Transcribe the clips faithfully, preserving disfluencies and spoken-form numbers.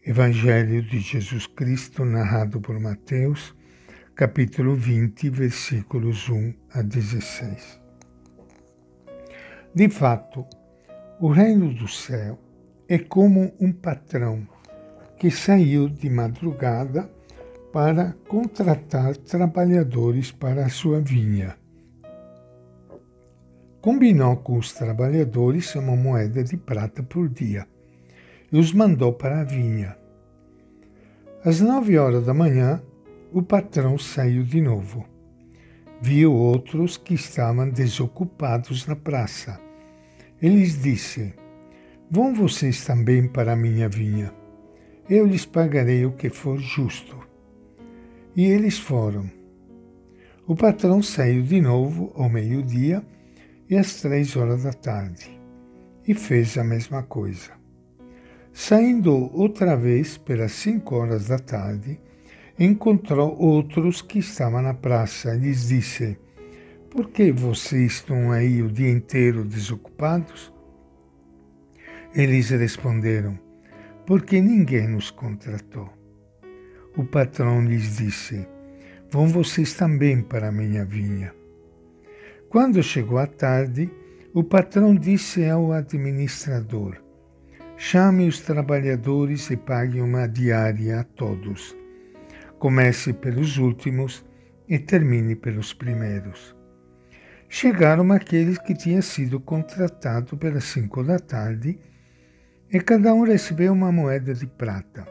Evangelho de Jesus Cristo, narrado por Mateus, capítulo vinte, versículos um a dezesseis. De fato, o reino do céu é como um patrão que saiu de madrugada para contratar trabalhadores para a sua vinha. Combinou com os trabalhadores uma moeda de prata por dia e os mandou para a vinha. Às nove horas da manhã, o patrão saiu de novo. Viu outros que estavam desocupados na praça. Ele lhes disse: "Vão vocês também para a minha vinha. Eu lhes pagarei o que for justo." E eles foram. O patrão saiu de novo ao meio-dia e às três horas da tarde, e fez a mesma coisa. Saindo outra vez pelas cinco horas da tarde, encontrou outros que estavam na praça e lhes disse: "Por que vocês estão aí o dia inteiro desocupados?" Eles responderam: "Porque ninguém nos contratou." O patrão lhes disse: "Vão vocês também para a minha vinha." Quando chegou a tarde, o patrão disse ao administrador: "Chame os trabalhadores e pague uma diária a todos. Comece pelos últimos e termine pelos primeiros." Chegaram aqueles que tinham sido contratados pelas cinco da tarde e cada um recebeu uma moeda de prata.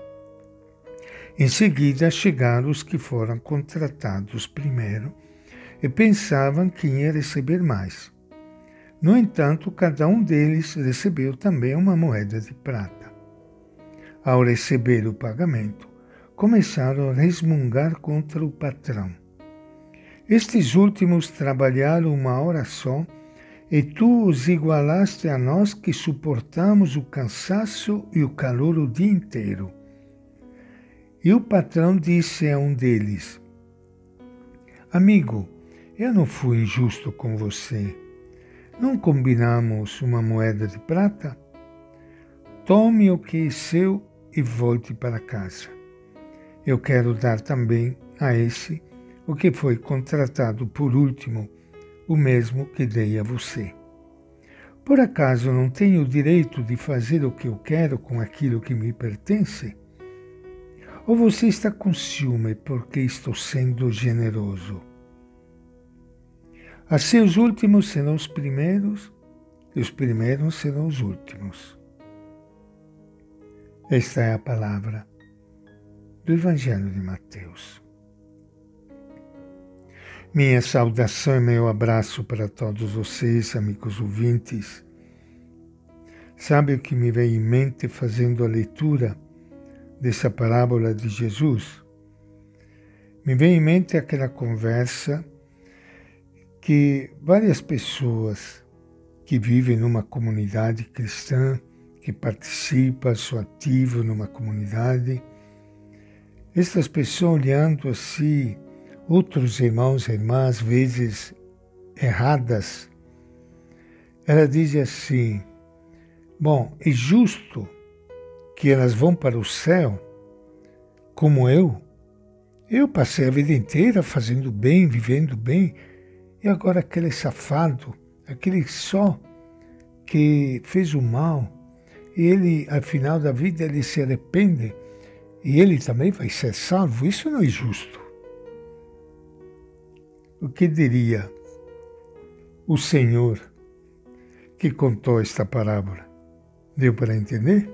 Em seguida chegaram os que foram contratados primeiro e pensavam que ia receber mais. No entanto, cada um deles recebeu também uma moeda de prata. Ao receber o pagamento, começaram a resmungar contra o patrão. "Estes últimos trabalharam uma hora só, e tu os igualaste a nós que suportamos o cansaço e o calor o dia inteiro." E o patrão disse a um deles: "Amigo, eu não fui injusto com você. Não combinamos uma moeda de prata? Tome o que é seu e volte para casa. Eu quero dar também a esse o que foi contratado por último, o mesmo que dei a você. Por acaso não tenho o direito de fazer o que eu quero com aquilo que me pertence? Ou você está com ciúme porque estou sendo generoso? Assim os últimos serão os primeiros, e os primeiros serão os últimos." Esta é a palavra do Evangelho de Mateus. Minha saudação e meu abraço para todos vocês, amigos ouvintes. Sabe o que me vem em mente fazendo a leitura dessa parábola de Jesus? Me vem em mente aquela conversa que várias pessoas que vivem numa comunidade cristã, que participam, são ativos numa comunidade, estas pessoas olhando assim outros irmãos e irmãs, às vezes erradas, ela diz assim: "Bom, é justo que elas vão para o céu como eu? Eu passei a vida inteira fazendo bem, vivendo bem, e agora aquele safado, aquele só que fez o mal, e ele, ao final da vida, ele se arrepende, e ele também vai ser salvo? Isso não é justo." O que diria o Senhor que contou esta parábola? Deu para entender?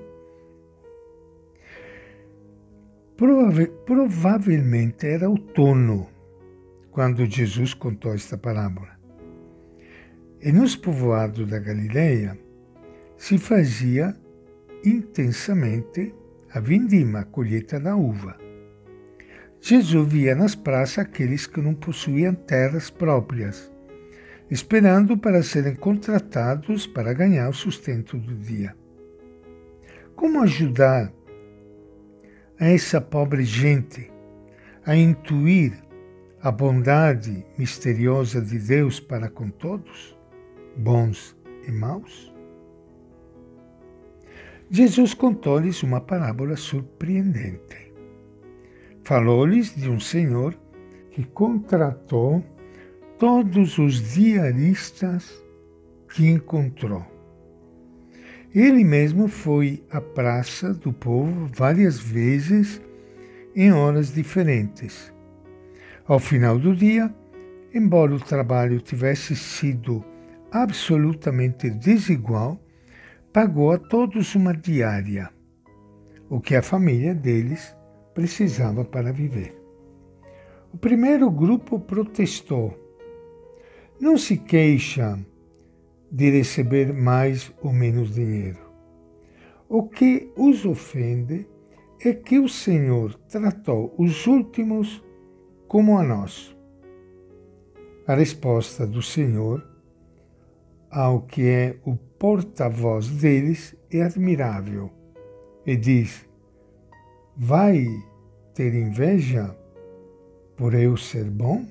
Prova- provavelmente era outono quando Jesus contou esta parábola. E nos povoados da Galileia se fazia intensamente a vindima, a colheita da uva. Jesus via nas praças aqueles que não possuíam terras próprias, esperando para serem contratados para ganhar o sustento do dia. Como ajudar a essa pobre gente a intuir a bondade misteriosa de Deus para com todos, bons e maus? Jesus contou-lhes uma parábola surpreendente. Falou-lhes de um senhor que contratou todos os diaristas que encontrou. Ele mesmo foi à praça do povo várias vezes em horas diferentes. Ao final do dia, embora o trabalho tivesse sido absolutamente desigual, pagou a todos uma diária, o que a família deles precisava para viver. O primeiro grupo protestou. Não se queixa de receber mais ou menos dinheiro. O que os ofende é que o Senhor tratou os últimos como a nós. A resposta do Senhor ao que é o porta-voz deles é admirável e diz: vai ter inveja por eu ser bom?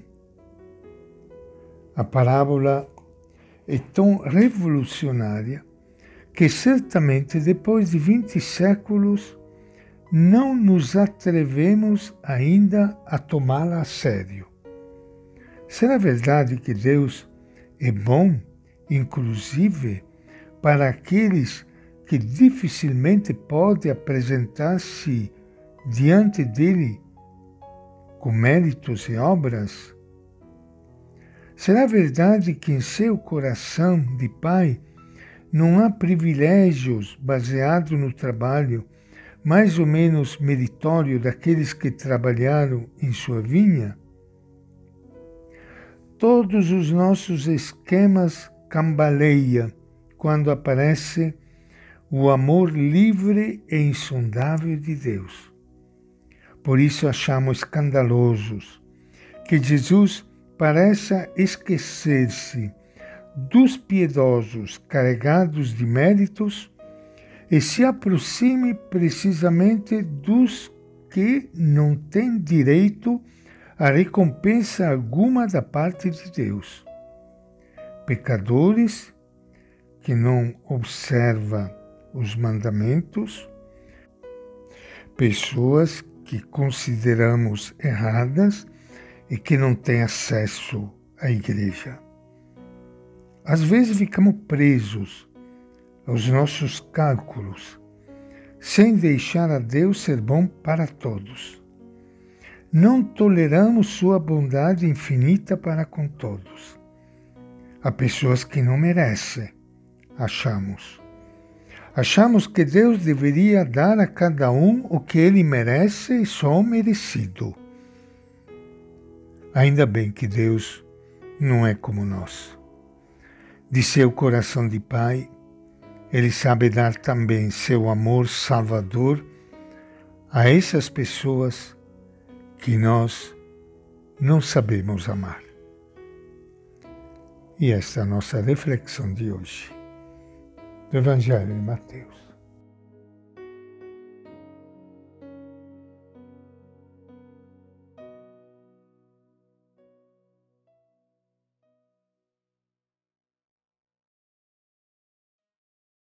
A parábola é tão revolucionária que certamente depois de vinte séculos não nos atrevemos ainda a tomá-la a sério. Será verdade que Deus é bom, inclusive, para aqueles que dificilmente podem apresentar-se diante dele com méritos e obras? Será verdade que em seu coração de pai não há privilégios baseados no trabalho mais ou menos meritório daqueles que trabalharam em sua vinha? Todos os nossos esquemas cambaleiam quando aparece o amor livre e insondável de Deus. Por isso achamos escandalosos que Jesus pareça esquecer-se dos piedosos carregados de méritos e se aproxime precisamente dos que não têm direito a recompensa alguma da parte de Deus. Pecadores que não observam os mandamentos, pessoas que consideramos erradas e que não têm acesso à igreja. Às vezes ficamos presos aos nossos cálculos, sem deixar a Deus ser bom para todos. Não toleramos sua bondade infinita para com todos. Há pessoas que não merecem, achamos. Achamos que Deus deveria dar a cada um o que ele merece e só merecido. Ainda bem que Deus não é como nós. De seu coração de Pai, Ele sabe dar também seu amor salvador a essas pessoas que nós não sabemos amar. E esta é a nossa reflexão de hoje, do Evangelho de Mateus.